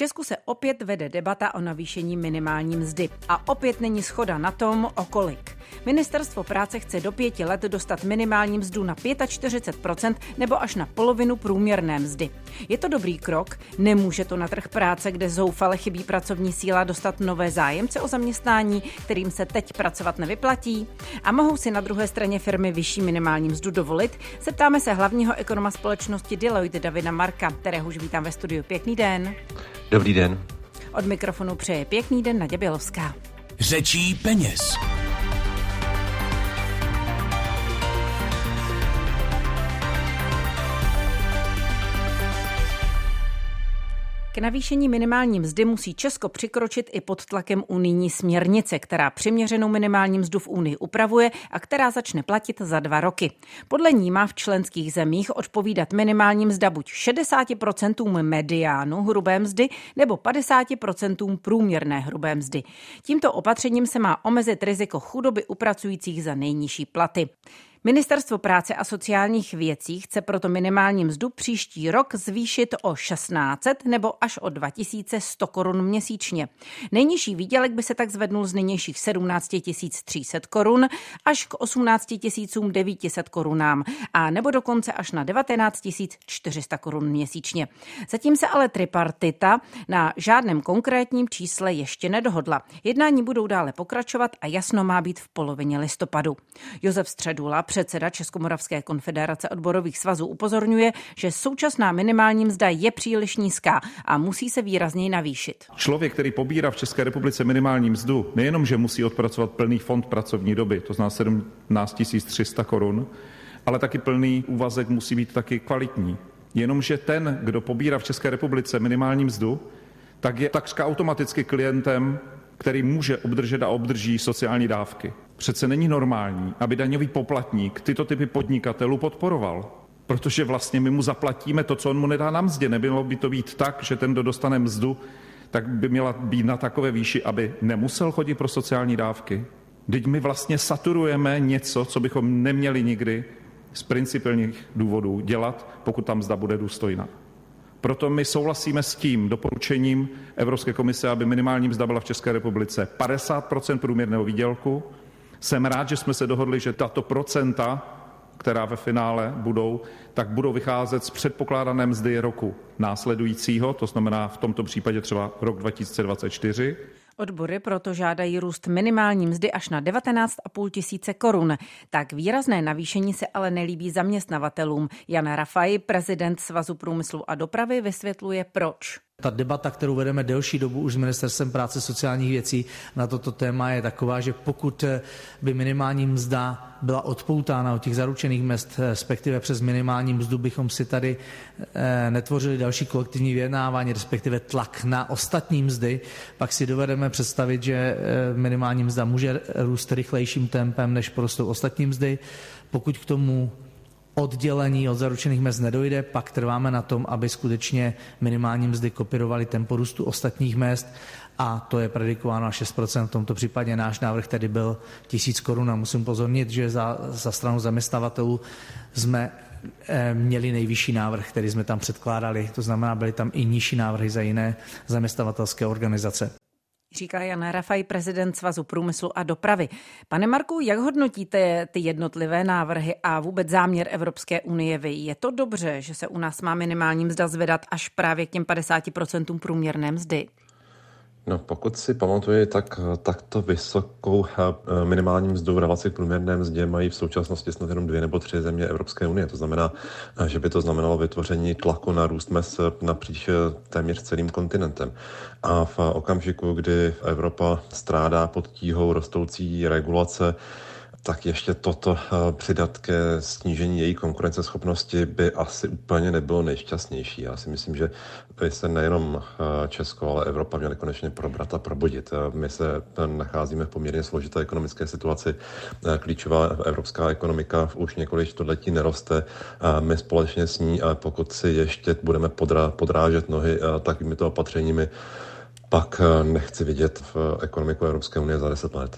Česku se opět vede debata o navýšení minimální mzdy. A opět není shoda na tom, o kolik. Ministerstvo práce chce do 5 let dostat minimální mzdu na 45% nebo až na polovinu průměrné mzdy. Je to dobrý krok? Nemůže to na trh práce, kde zoufale chybí pracovní síla, dostat nové zájemce o zaměstnání, kterým se teď pracovat nevyplatí? A mohou si na druhé straně firmy vyšší minimální mzdu dovolit? Zeptáme se hlavního ekonoma společnosti Deloitte Davida Marka, kterého už vítám ve studiu. Pěkný den. Dobrý den. Od mikrofonu přeje pěkný den Naděja Bělovská. Řečí peněz. K navýšení minimální mzdy musí Česko přikročit i pod tlakem unijní směrnice, která přiměřenou minimální mzdu v Unii upravuje a která začne platit za 2 roky. Podle ní má v členských zemích odpovídat minimální mzda buď 60% mediánu hrubé mzdy nebo 50% průměrné hrubé mzdy. Tímto opatřením se má omezit riziko chudoby u pracujících za nejnižší platy. Ministerstvo práce a sociálních věcí chce proto minimální mzdu příští rok zvýšit o 1600 nebo až o 2100 korun měsíčně. Nejnižší výdělek by se tak zvednul z nynějších 17 300 korun až k 18 900 korunám a nebo dokonce až na 19 400 korun měsíčně. Zatím se ale tripartita na žádném konkrétním čísle ještě nedohodla. Jednání budou dále pokračovat a jasno má být v polovině listopadu. Josef Středula, předseda Českomoravské konfederace odborových svazů, upozorňuje, že současná minimální mzda je příliš nízká a musí se výrazněji navýšit. Člověk, který pobírá v České republice minimální mzdu, nejenom, že musí odpracovat plný fond pracovní doby, to znamená 17 300 korun, ale taky plný úvazek musí být taky kvalitní. Jenomže ten, kdo pobírá v České republice minimální mzdu, tak je takřka automaticky klientem, který může obdržet a obdrží sociální dávky. Přece není normální, aby daňový poplatník tyto typy podnikatelů podporoval, protože vlastně my mu zaplatíme to, co on mu nedá na mzdě. Nebylo by to být tak, že ten, kdo dostane mzdu, tak by měla být na takové výši, aby nemusel chodit pro sociální dávky. Vždyť my vlastně saturujeme něco, co bychom neměli nikdy z principiálních důvodů dělat, pokud ta mzda bude důstojná. Proto my souhlasíme s tím doporučením Evropské komise, aby minimální mzda byla v České republice 50% průměrného výdělku. Jsem rád, že jsme se dohodli, že tato procenta, která ve finále budou, tak budou vycházet z předpokládané mzdy roku následujícího, to znamená v tomto případě třeba rok 2024. Odbory proto žádají růst minimální mzdy až na 19 500 korun. Tak výrazné navýšení se ale nelíbí zaměstnavatelům. Jan Rafaj, prezident Svazu průmyslu a dopravy, vysvětluje proč. Ta debata, kterou vedeme delší dobu už s Ministerstvem práce a sociálních věcí na toto téma, je taková, že pokud by minimální mzda byla odpoutána od těch zaručených mezd, respektive přes minimální mzdu, bychom si tady netvořili další kolektivní vyjednávání, respektive tlak na ostatní mzdy, pak si dovedeme představit, že minimální mzda může růst rychlejším tempem, než porostou ostatní mzdy. Pokud k tomu oddělení od zaručených mezd nedojde, pak trváme na tom, aby skutečně minimální mzdy kopírovaly tempo růstu ostatních mezd a to je predikováno na 6%. V tomto případě náš návrh tedy byl 1000 korun a musím pozornit, že za stranu zaměstnavatelů jsme měli nejvyšší návrh, který jsme tam předkládali, to znamená, byly tam i nižší návrhy za jiné zaměstnavatelské organizace. Říká Jan Rafaj, prezident Svazu průmyslu a dopravy. Pane Marku, jak hodnotíte ty jednotlivé návrhy a vůbec záměr Evropské unie vy? Je to dobře, že se u nás má minimální mzda zvedat až právě k těm 50% průměrné mzdy? No, pokud si pamatuju, tak takto vysokou minimální mzdu v relaci k průměrné mzdě mají v současnosti snad jenom 2 nebo 3 země Evropské unie. To znamená, že by to znamenalo vytvoření tlaku na růst mezd napříč téměř celým kontinentem. A v okamžiku, kdy Evropa strádá pod tíhou rostoucí regulace, tak ještě toto přidat ke snížení její konkurenceschopnosti by asi úplně nebylo nejšťastnější. Já si myslím, že by se nejenom Česko, ale Evropa měly konečně probrat a probudit. My se nacházíme v poměrně složité ekonomické situaci. Klíčová evropská ekonomika už několik století neroste. My společně s ní, a pokud si ještě budeme podrážet nohy takovými to opatřeními, pak nechci vidět v ekonomiku Evropské unie za 10 let.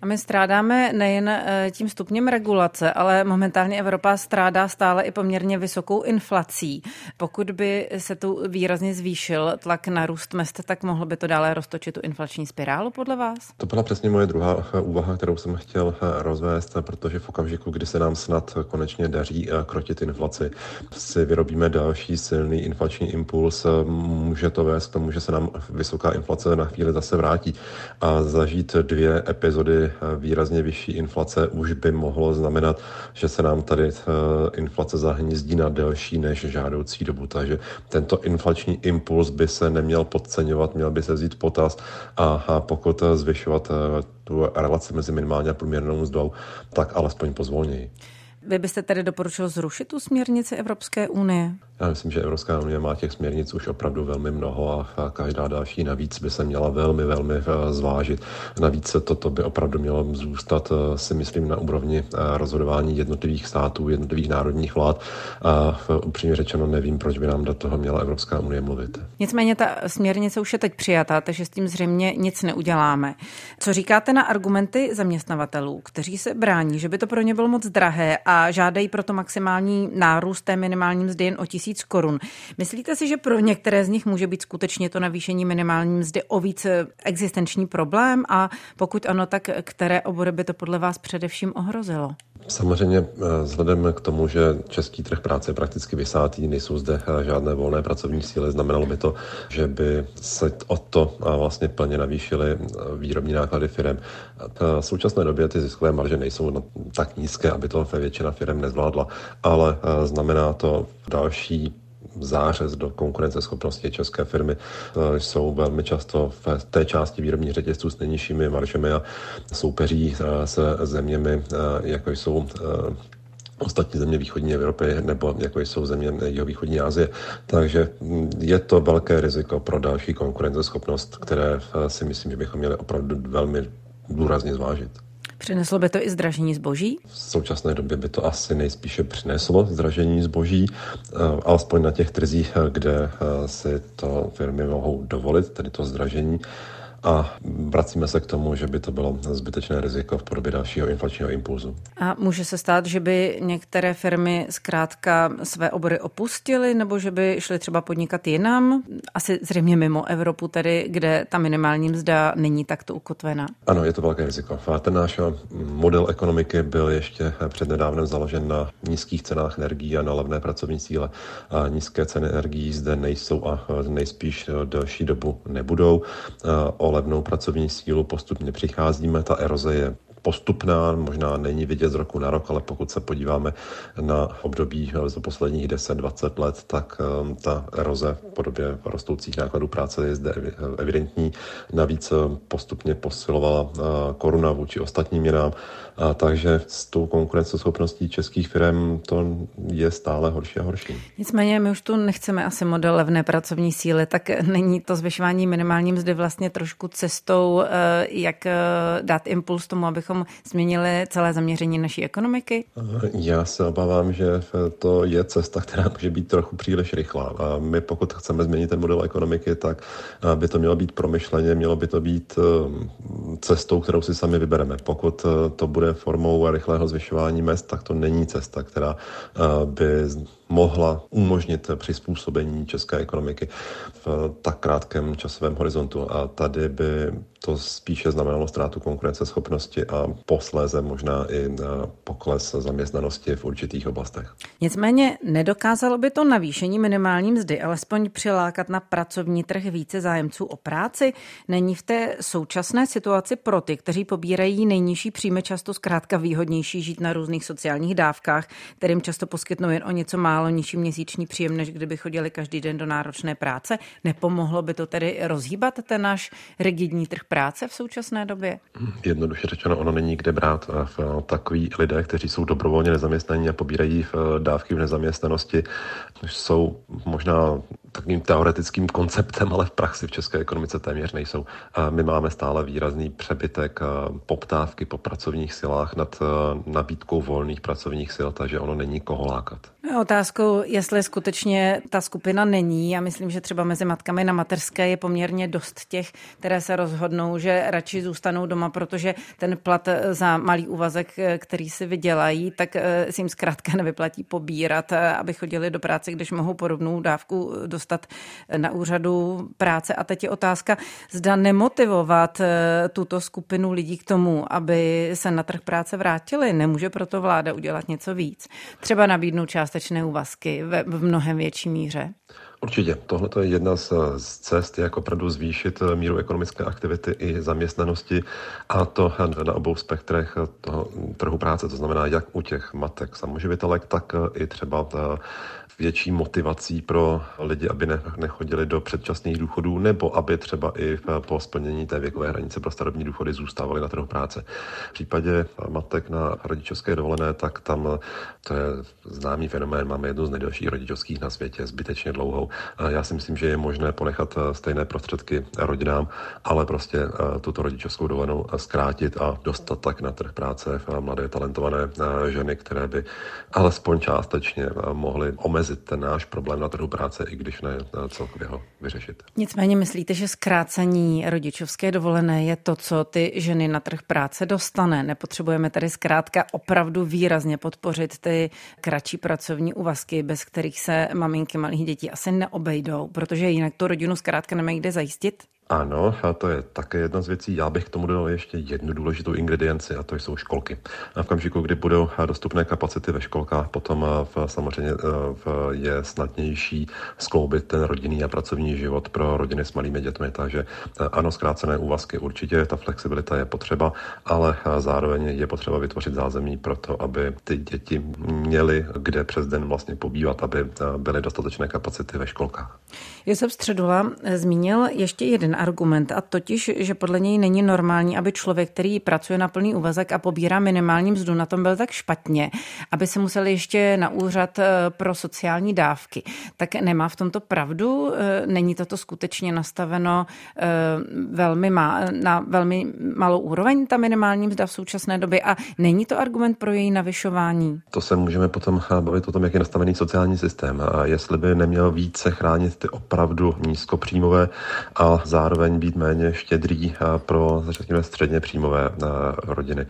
A my strádáme nejen tím stupněm regulace, ale momentálně Evropa strádá stále i poměrně vysokou inflací. Pokud by se tu výrazně zvýšil tlak na růst mezd, tak mohlo by to dále roztočit tu inflační spirálu podle vás? To byla přesně moje druhá úvaha, kterou jsem chtěl rozvést, protože v okamžiku, kdy se nám snad konečně daří krotit inflaci, si vyrobíme další silný inflační impuls, může to vést k tomu, že se nám vysoká inflace na chvíli zase vrátí. A zažít 2 epizody výrazně vyšší inflace už by mohlo znamenat, že se nám tady inflace zahnízdí na delší než žádoucí dobu. Takže tento inflační impuls by se neměl podceňovat, měl by se vzít potaz a pokud zvyšovat tu relaci mezi minimální a průměrnou mzdou, tak alespoň pozvolněji. Vy byste tedy doporučil zrušit tu směrnici Evropské unie? Já myslím, že Evropská unie má těch směrnic už opravdu velmi mnoho a každá další navíc by se měla velmi, velmi zvážit. Navíc toto by opravdu mělo zůstat, si myslím, na úrovni rozhodování jednotlivých států, jednotlivých národních vlád. A upřímně řečeno nevím, proč by nám do toho měla Evropská unie mluvit. Nicméně ta směrnice už je teď přijatá, takže s tím zřejmě nic neuděláme. Co říkáte na argumenty zaměstnavatelů, kteří se brání, že by to pro ně bylo moc drahé a žádají proto maximální nárůst té minimální mzdy jen o 1000 korun. Myslíte si, že pro některé z nich může být skutečně to navýšení minimální mzdy o víc existenční problém? A pokud ano, tak které obory by to podle vás především ohrozilo? Samozřejmě vzhledem k tomu, že český trh práce je prakticky vysátý, nejsou zde žádné volné pracovní síly, znamenalo by to, že by se o to vlastně plně navýšily výrobní náklady firem. V současné době ty ziskové marže nejsou tak nízké, aby to většina firem nezvládla, ale znamená to další zářez do konkurenceschopnosti české firmy. Jsou velmi často v té části výrobních řetězců s nejnižšími maržemi a soupeří se zeměmi, jako jsou ostatní země východní Evropy nebo jako jsou země jihovýchodní Asie. Takže je to velké riziko pro další konkurenceschopnost, které si myslím, že bychom měli opravdu velmi důrazně zvážit. Přineslo by to i zdražení zboží? V současné době by to asi nejspíše přineslo zdražení zboží, alespoň na těch trzích, kde si to firmy mohou dovolit, tedy to zdražení. A vracíme se k tomu, že by to bylo zbytečné riziko v podobě dalšího inflačního impulzu. A může se stát, že by některé firmy zkrátka své obory opustily, nebo že by šly třeba podnikat jinam? Asi zřejmě mimo Evropu, tedy, kde ta minimální mzda není takto ukotvená. Ano, je to velké riziko. Ten náš model ekonomiky byl ještě přednedávnem založen na nízkých cenách energií a na levné pracovní síle. A nízké ceny energií zde nejsou a nejspíš delší dobu nebudou. O levnou pracovní sílu postupně přicházíme, ta eroze je postupná, možná není vidět z roku na rok, ale pokud se podíváme na období za posledních 10-20 let, tak ta eroze v podobě rostoucích nákladů práce je zde evidentní. Navíc postupně posilovala koruna vůči ostatním měnám, takže s tou konkurenceschopností českých firm to je stále horší a horší. Nicméně my už tu nechceme asi model levné pracovní síly, tak není to zvyšování minimální mzdy vlastně trošku cestou, jak dát impuls tomu, abychom změnili celé zaměření naší ekonomiky? Já se obávám, že to je cesta, která může být trochu příliš rychlá. A my pokud chceme změnit ten model ekonomiky, tak by to mělo být promyšleně, mělo by to být cestou, kterou si sami vybereme. Pokud to bude formou rychlého zvyšování mezd, tak to není cesta, která by mohla umožnit přizpůsobení české ekonomiky v tak krátkém časovém horizontu. A tady by to spíše znamenalo ztrátu konkurenceschopnosti a posléze možná i pokles zaměstnanosti v určitých oblastech. Nicméně nedokázalo by to navýšení minimální mzdy alespoň přilákat na pracovní trh více zájemců o práci? Není v té současné situaci pro ty, kteří pobírají nejnižší příjmy, často zkrátka výhodnější žít na různých sociálních dávkách, kterým často poskytnou jen o něco málo nižší měsíční příjem, než kdyby chodili každý den do náročné práce? Nepomohlo by to tedy rozhýbat ten náš rigidní trh práce v současné době? Jednoduše řečeno, ono není kde brát. Takoví lidé, kteří jsou dobrovolně nezaměstnaní a pobírají dávky v nezaměstnanosti, jsou možná takovým teoretickým konceptem, ale v praxi v české ekonomice téměř nejsou. My máme stále výrazný přebytek poptávky po pracovních silách nad nabídkou volných pracovních sil, takže ono není koho lákat. Otázkou, jestli skutečně ta skupina není. Já myslím, že třeba mezi matkami na mateřské je poměrně dost těch, které se rozhodnou, že radši zůstanou doma, protože ten plat za malý úvazek, který si vydělají, tak si jim zkrátka nevyplatí pobírat, aby chodili do práce, když mohou podobnou dávku dostat na úřadu práce. A teď je otázka, zda nemotivovat tuto skupinu lidí k tomu, aby se na trh práce vrátili. Nemůže proto vláda udělat něco víc? Třeba nabídnout částečné úvazky v mnohem větší míře? Určitě. Tohle je jedna z cest, jak opravdu zvýšit míru ekonomické aktivity i zaměstnanosti, a to na obou spektrech toho trhu práce. To znamená jak u těch matek samoživitelek, tak i třeba větší motivací pro lidi, aby nechodili do předčasných důchodů, nebo aby třeba i po splnění té věkové hranice pro starobní důchody zůstávali na trhu práce. V případě matek na rodičovské dovolené, tak tam to je známý fenomén. Máme jednu z nejdelších rodičovských na světě, zbytečně dlouhou. Já si myslím, že je možné ponechat stejné prostředky rodinám, ale prostě tuto rodičovskou dovolenou zkrátit a dostat tak na trh práce mladé talentované ženy, které by alespoň částečně mohly omezit ten náš problém na trhu práce, i když ne celkově ho vyřešit. Nicméně myslíte, že zkrácení rodičovské dovolené je to, co ty ženy na trh práce dostane? Nepotřebujeme tady zkrátka opravdu výrazně podpořit ty kratší pracovní úvazky, bez kterých se maminky malých dětí asi neobejdou, protože jinak tu rodinu zkrátka nemají kde zajistit? Ano, a to je také jedna z věcí. Já bych k tomu dodal ještě jednu důležitou ingredienci, a to jsou školky. A v okamžiku, kdy budou dostupné kapacity ve školkách, potom samozřejmě je snadnější skloubit ten rodinný a pracovní život pro rodiny s malými dětmi. Takže ano, zkrácené úvazky určitě, ta flexibilita je potřeba, ale zároveň je potřeba vytvořit zázemí pro to, aby ty děti měly kde přes den vlastně pobývat, aby byly dostatečné kapacity ve školkách. Josef Středula zmínil ještě jeden argument, a totiž, že podle něj není normální, aby člověk, který pracuje na plný úvazek a pobírá minimální mzdu, na tom byl tak špatně, aby se musel ještě na úřad pro sociální dávky. Tak nemá v tomto pravdu? Není toto skutečně nastaveno na velmi malou úroveň, ta minimální mzda v současné době, a není to argument pro její navyšování? To se můžeme potom bavit o tom, jak je nastavený sociální systém a jestli by neměl více chránit ty opravdu nízkopříjmové a zároveň být méně štědrý pro, řekněme, středně příjmové rodiny.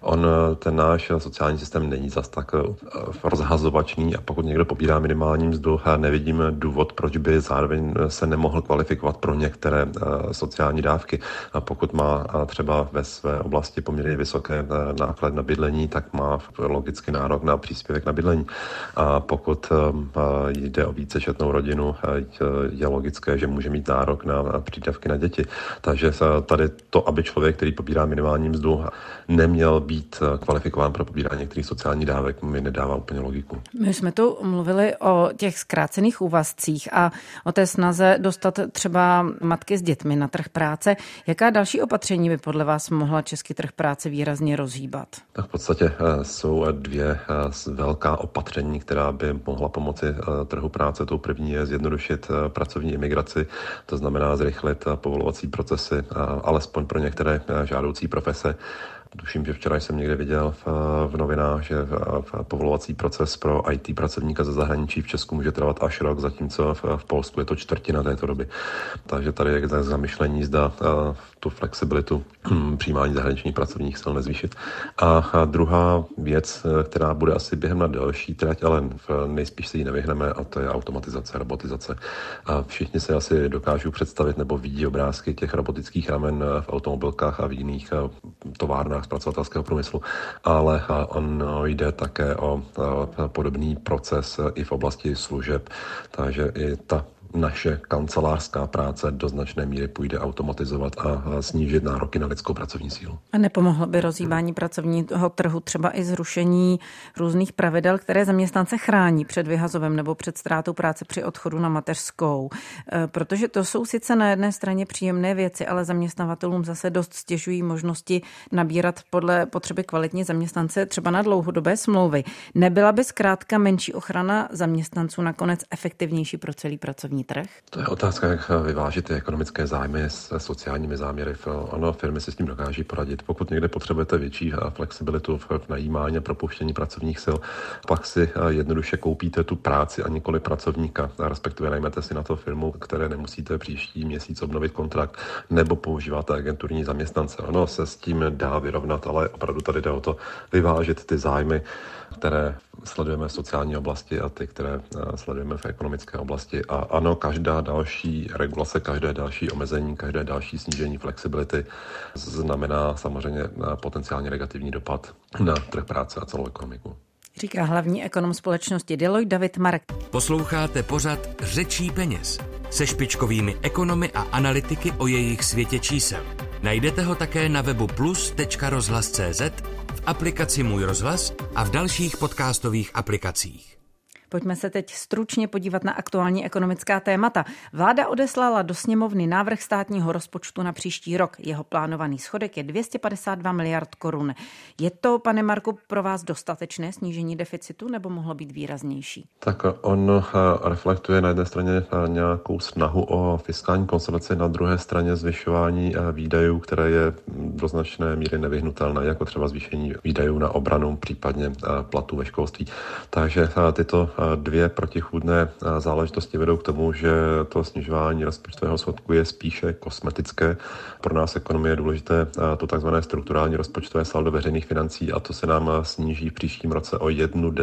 Ten náš sociální systém není zas tak rozhazovačný, a pokud někdo pobírá minimální mzdu, nevidím důvod, proč by zároveň se nemohl kvalifikovat pro některé sociální dávky. A pokud má třeba ve své oblasti poměrně vysoké náklady na bydlení, tak má logicky nárok na příspěvek na bydlení. A pokud jde o vícečetnou rodinu, je logické, že může mít nárok na přídavky na děti. Takže tady to, aby člověk, který pobírá minimální mzdu, neměl být kvalifikován pro pobírání některých sociálních dávek, mi nedává úplně logiku. My jsme tu mluvili o těch zkrácených úvazcích a o té snaze dostat třeba matky s dětmi na trh práce. Jaká další opatření by podle vás mohla český trh práce výrazně rozhýbat? Tak v podstatě jsou dvě velká opatření, která by mohla pomoci trhu práce. Tou první je zjednodušit pracovní imigraci, to znamená zrychlit povolovací procesy, alespoň pro některé žádoucí profese. Tuším, že včera jsem někde viděl v novinách, že povolovací proces pro IT pracovníka ze zahraničí v Česku může trvat až rok, zatímco v Polsku je to čtvrtina této doby. Takže tady je zamyšlení, zda tu flexibilitu přijímání zahraničních pracovních sil nezvýšit. A druhá věc, která bude asi během na delší trať, ale nejspíš si ji nevyhneme, a to je automatizace, robotizace. A všichni se asi dokážou představit nebo vidí obrázky těch robotických ramen v automobilkách a v jiných továrnách zpracovatelského průmyslu, ale jde také o podobný proces i v oblasti služeb, takže i ta naše kancelářská práce do značné míry půjde automatizovat a snížit nároky na lidskou pracovní sílu. A nepomohlo by rozhýbání pracovního trhu třeba i zrušení různých pravidel, které zaměstnance chrání před vyhazovem nebo před ztrátou práce při odchodu na mateřskou? Protože to jsou sice na jedné straně příjemné věci, ale zaměstnavatelům zase dost stěžují možnosti nabírat podle potřeby kvalitní zaměstnance třeba na dlouhodobé smlouvy. Nebyla by zkrátka menší ochrana zaměstnanců nakonec efektivnější pro celý pracovní trh? trh? To je otázka, jak vyvážit ty ekonomické zájmy se sociálními záměry. Ano, firmy si s tím dokáží poradit. Pokud někde potřebujete větší flexibilitu v najímání a propuštění pracovních sil, pak si jednoduše koupíte tu práci a nikoli pracovníka, respektive najmete si na to firmu, které nemusíte příští měsíc obnovit kontrakt, nebo používáte agenturní zaměstnance. Ono se s tím dá vyrovnat, ale opravdu tady jde o to vyvážit ty zájmy, které sledujeme v sociální oblasti a ty, které sledujeme v ekonomické oblasti. A ano, každá další regulace, každé další omezení, každé další snížení flexibility znamená samozřejmě potenciálně negativní dopad na trh práce a celou ekonomiku. Říká hlavní ekonom společnosti Deloitte David Marek. Posloucháte pořad Řečí peněz se špičkovými ekonomy a analytiky o jejich světě čísel. Najdete ho také na webu plus.rozhlas.cz, v aplikaci Můj rozhlas a v dalších podcastových aplikacích. Pojďme se teď stručně podívat na aktuální ekonomická témata. Vláda odeslala do sněmovny návrh státního rozpočtu na příští rok. Jeho plánovaný schodek je 252 miliard korun. Je to, pane Marku, pro vás dostatečné snížení deficitu nebo mohlo být výraznější? Tak on reflektuje na jedné straně nějakou snahu o fiskální konsolidaci, na druhé straně zvyšování výdajů, které je do značné míry nevyhnutelné, jako třeba zvýšení výdajů na obranu, případně platů ve školství. Takže tyto dvě protichůdné záležitosti vedou k tomu, že to snižování rozpočtového schodku je spíše kosmetické. Pro nás ekonomie je důležité to takzvané strukturální rozpočtové saldo veřejných financí a to se nám sníží v příštím roce o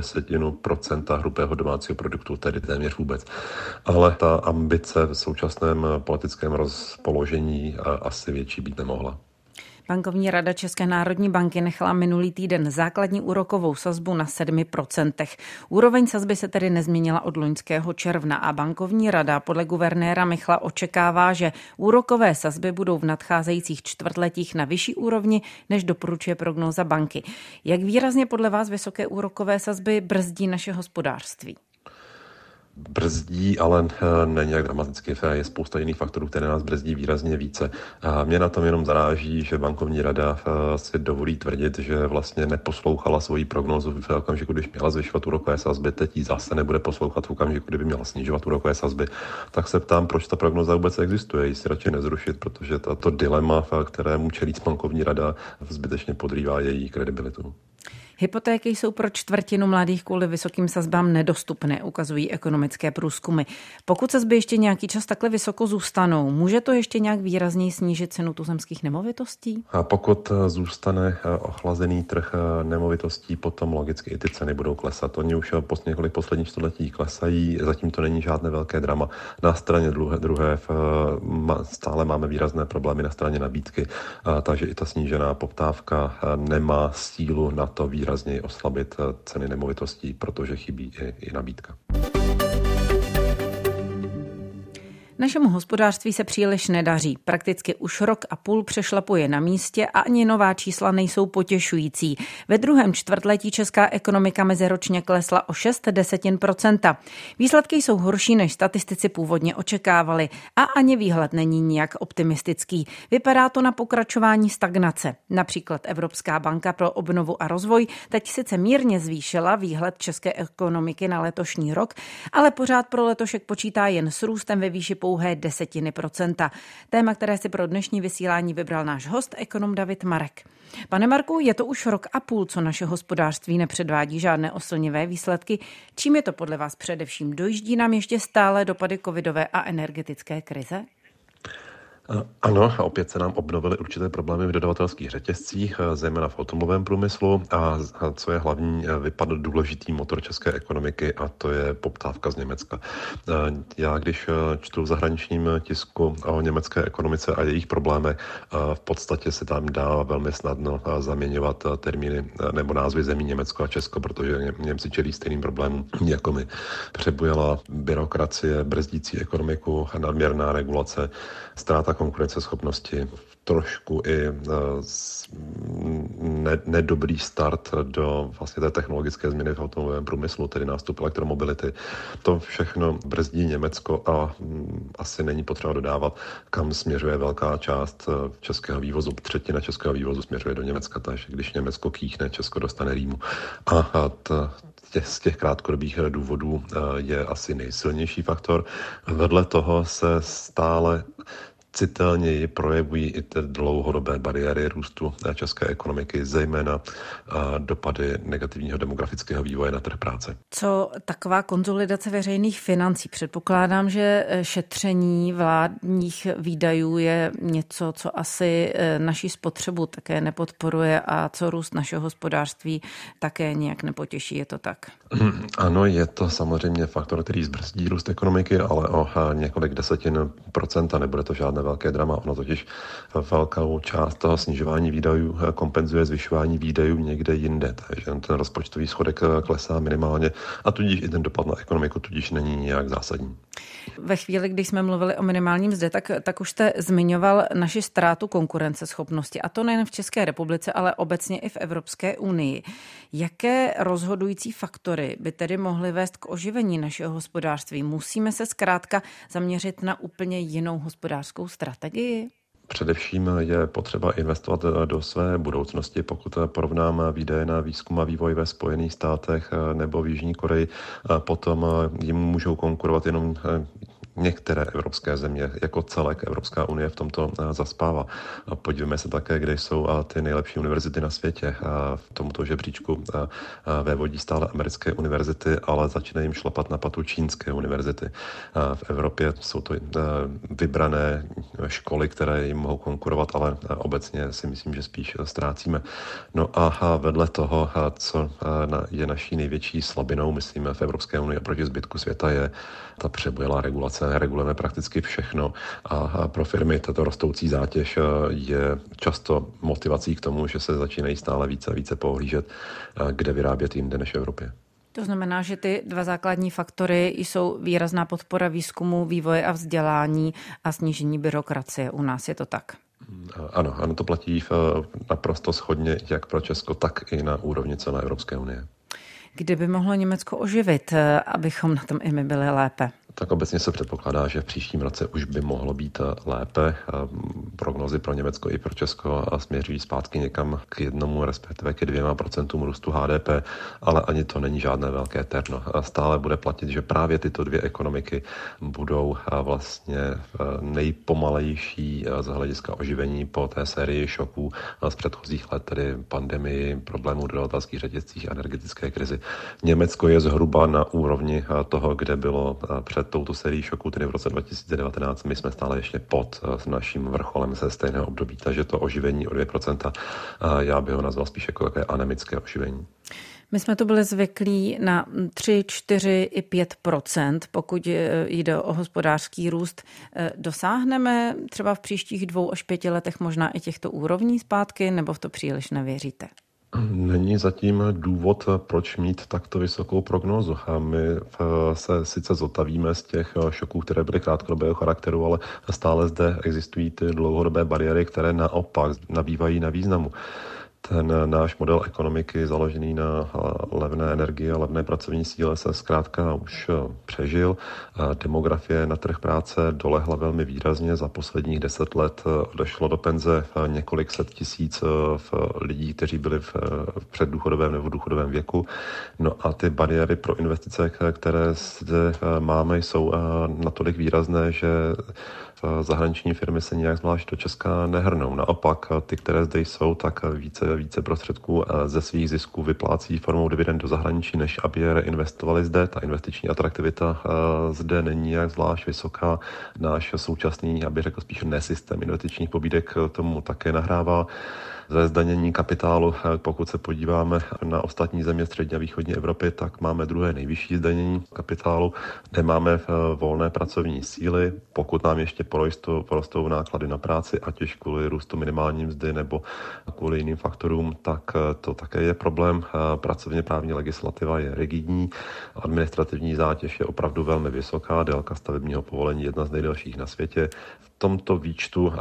0,1% hrubého domácího produktu, tedy téměř vůbec. Ale ta ambice v současném politickém rozpoložení asi větší být nemohla. Bankovní rada České národní banky nechala minulý týden základní úrokovou sazbu na 7%. Úroveň sazby se tedy nezměnila od loňského června a bankovní rada podle guvernéra Michla očekává, že úrokové sazby budou v nadcházejících čtvrtletích na vyšší úrovni, než doporučuje prognóza banky. Jak výrazně podle vás vysoké úrokové sazby brzdí naše hospodářství? Brzdí, ale ne nějak dramaticky. Je spousta jiných faktorů, které nás brzdí výrazně více. Mě na tom jenom zaráží, že bankovní rada si dovolí tvrdit, že vlastně neposlouchala svoji prognózu v okamžiku, když měla zvyšovat úrokové sazby, teď ji zase nebude poslouchat v okamžiku, kdyby měla snižovat úrokové sazby. Tak se ptám, proč ta prognóza vůbec existuje, ji si radši nezrušit, protože tato dilema, kterému čelí bankovní rada, zbytečně podrývá její kredibilitu. Hypotéky jsou pro čtvrtinu mladých kvůli vysokým sazbám nedostupné, ukazují ekonomické průzkumy. Pokud sazby ještě nějaký čas takhle vysoko zůstanou, může to ještě nějak výrazněji snížit cenu tuzemských nemovitostí? A pokud zůstane ochlazený trh nemovitostí, potom logicky i ty ceny budou klesat. Oni už několik posledních století klesají, zatím to není žádné velké drama. Na straně druhé stále máme výrazné problémy na straně nabídky, takže i ta snížená poptávka nemá sílu na to výrazněji oslabit ceny nemovitostí, protože chybí i nabídka. Našemu hospodářství se příliš nedaří. Prakticky už rok a půl přešlapuje na místě a ani nová čísla nejsou potěšující. Ve druhém čtvrtletí česká ekonomika meziročně klesla o 0,6%. Výsledky jsou horší, než statistici původně očekávali a ani výhled není nijak optimistický. Vypadá to na pokračování stagnace. Například Evropská banka pro obnovu a rozvoj teď sice mírně zvýšila výhled české ekonomiky na letošní rok, ale pořád pro letošek počítá jen s růstem ve výši pouhé 0,1%. Téma, které si pro dnešní vysílání vybral náš host, ekonom David Marek. Pane Marku, je to už rok a půl, co naše hospodářství nepředvádí žádné oslnivé výsledky. Čím je to podle vás především? Dojíždí nám ještě stále dopady covidové a energetické krize? Ano, a opět se nám obnovily určité problémy v dodavatelských řetězcích, zejména v automobilovém průmyslu a co je hlavní, vypadl důležitý motor české ekonomiky a to je poptávka z Německa. Já když čtu v zahraničním tisku o německé ekonomice a jejich problémech, v podstatě se tam dá velmi snadno zaměňovat termíny nebo názvy zemí Německo a Česko, protože Němci čelí stejným problémům jako my. Přebujela byrokracie, brzdící ekonomiku, nadměrná regulace, ztráta konkurenceschopnosti, trošku i nedobrý start do vlastně té technologické změny v automobilovém průmyslu, tedy nástup elektromobility. To všechno brzdí Německo a asi není potřeba dodávat, kam směřuje velká část českého vývozu. Třetina českého vývozu směřuje do Německa, takže když Německo kýchne, Česko dostane rýmu. A z těch krátkodobých důvodů je asi nejsilnější faktor. Vedle toho se stále citelněji projevují i ty dlouhodobé bariéry růstu české ekonomiky, zejména dopady negativního demografického vývoje na trh práce. Co taková konsolidace veřejných financí? Předpokládám, že šetření vládních výdajů je něco, co asi naši spotřebu také nepodporuje a co růst našeho hospodářství také nějak nepotěší. Je to tak? Ano, je to samozřejmě faktor, který zbrzdí růst ekonomiky, ale o několik desetin procenta, nebude to žádné velké drama. Ono totiž velkou část toho snižování výdajů kompenzuje zvyšování výdajů někde jinde. Takže ten rozpočtový schodek klesá minimálně a tudíž i ten dopad na ekonomiku tudíž není nějak zásadní. Ve chvíli, když jsme mluvili o minimálním mzdě, tak už jste zmiňoval naši ztrátu konkurenceschopnosti. A to nejen v České republice, ale obecně i v Evropské unii. Jaké rozhodující faktory by tedy mohly vést k oživení našeho hospodářství? Musíme se zkrátka zaměřit na úplně jinou hospodářskou strategii? Především je potřeba investovat do své budoucnosti. Pokud porovnám výdaje na výzkum a vývoj ve Spojených státech nebo v Jižní Koreji, potom jim můžou konkurovat jenom některé evropské země, jako celek Evropská unie v tomto zaspává. Podívejme se také, kde jsou ty nejlepší univerzity na světě. V tomto žebříčku vévodí stále americké univerzity, ale začínají jim šlapat na patu čínské univerzity. V Evropě jsou to vybrané školy, které jim mohou konkurovat, ale obecně si myslím, že spíš ztrácíme. No a vedle toho, co je naší největší slabinou, myslím, v Evropské unii oproti zbytku světa, je ta přebujelá regulace. Regulujeme prakticky všechno a pro firmy tato rostoucí zátěž je často motivací k tomu, že se začínají stále více a více pohlížet, kde vyrábět jinde než v Evropě. To znamená, že ty dva základní faktory jsou výrazná podpora výzkumu, vývoje a vzdělání a snížení byrokracie. U nás je to tak? Ano, to platí naprosto shodně jak pro Česko, tak i na úrovni celé Evropské unie. Kdyby mohlo Německo oživit, abychom na tom i my byli lépe? Tak obecně se předpokládá, že v příštím roce už by mohlo být lépe. Prognozy pro Německo i pro Česko směřují zpátky někam k 1, respektive k 2% růstu HDP, ale ani to není žádné velké terno. Stále bude platit, že právě tyto dvě ekonomiky budou vlastně nejpomalejší z hlediska oživení po té sérii šoků z předchozích let, tedy pandemii, problémů dodavatelských řetězcích a energetické krizi. Německo je zhruba na úrovni toho, kde bylo před touto sérií šoků, tedy v roce 2019. My jsme stále ještě pod naším vrcholem ze stejného období, takže to oživení o 2%, já bych ho nazval spíš jako takové anemické oživení. My jsme tu byli zvyklí na 3, 4 i 5%, pokud jde o hospodářský růst. Dosáhneme třeba v příštích 2 až 5 letech možná i těchto úrovní zpátky, nebo v to příliš nevěříte? Není zatím důvod, proč mít takto vysokou prognózu. My se sice zotavíme z těch šoků, které byly krátkodobého charakteru, ale stále zde existují ty dlouhodobé bariéry, které naopak nabývají na významu. Ten náš model ekonomiky založený na levné energii a levné pracovní síle se zkrátka už přežil. Demografie na trh práce dolehla velmi výrazně. Za posledních 10 let odešlo do penze několik set tisíc lidí, kteří byli v předdůchodovém nebo důchodovém věku. No a ty bariéry pro investice, které zde máme, jsou natolik výrazné, že zahraniční firmy se nějak zvlášť do Česka nehrnou. Naopak, ty, které zde jsou, tak více prostředků ze svých zisků vyplácí formou dividend do zahraničí, než aby je reinvestovali zde. Ta investiční atraktivita zde není nějak zvlášť vysoká. Náš současný, aby řekl spíš nesystém investičních pobídek tomu také nahrává. Ze zdanění kapitálu, pokud se podíváme na ostatní země střední a východní Evropy, tak máme druhé nejvyšší zdanění kapitálu. Nemáme volné pracovní síly. Pokud nám ještě porostou náklady na práci, ať už kvůli růstu minimální mzdy nebo kvůli jiným faktorům, tak to také je problém. Pracovně právní legislativa je rigidní, administrativní zátěž je opravdu velmi vysoká, délka stavebního povolení jedna z nejdelších na světě. V tomto výčtu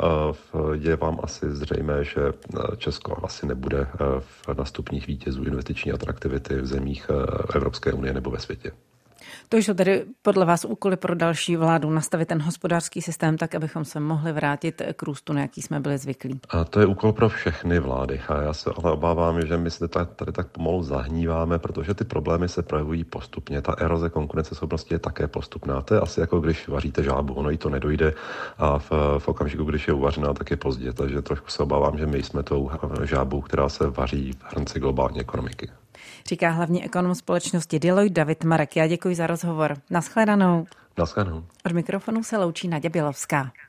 je vám asi zřejmé, že Česko asi nebude na stupních vítězů investiční atraktivity v zemích Evropské unie nebo ve světě. To jsou tedy podle vás úkoly pro další vládu, nastavit ten hospodářský systém tak, abychom se mohli vrátit k růstu, na jaký jsme byli zvyklí. A to je úkol pro všechny vlády. A já se ale obávám, že my se tady tak pomalu zahníváme, protože ty problémy se projevují postupně. Ta eroze konkurenceschopnosti je také postupná. To je asi jako když vaříte žábu, ono jí to nedojde a v okamžiku, když je uvařená, tak je pozdě. Takže trošku se obávám, že my jsme tou žábou, která se vaří v hrnci globální ekonomiky. Říká hlavní ekonom společnosti Deloitte David Marek. Já děkuji za rozhovor. Naschledanou. Naschledanou. Od mikrofonu se loučí Naďa Bělovská.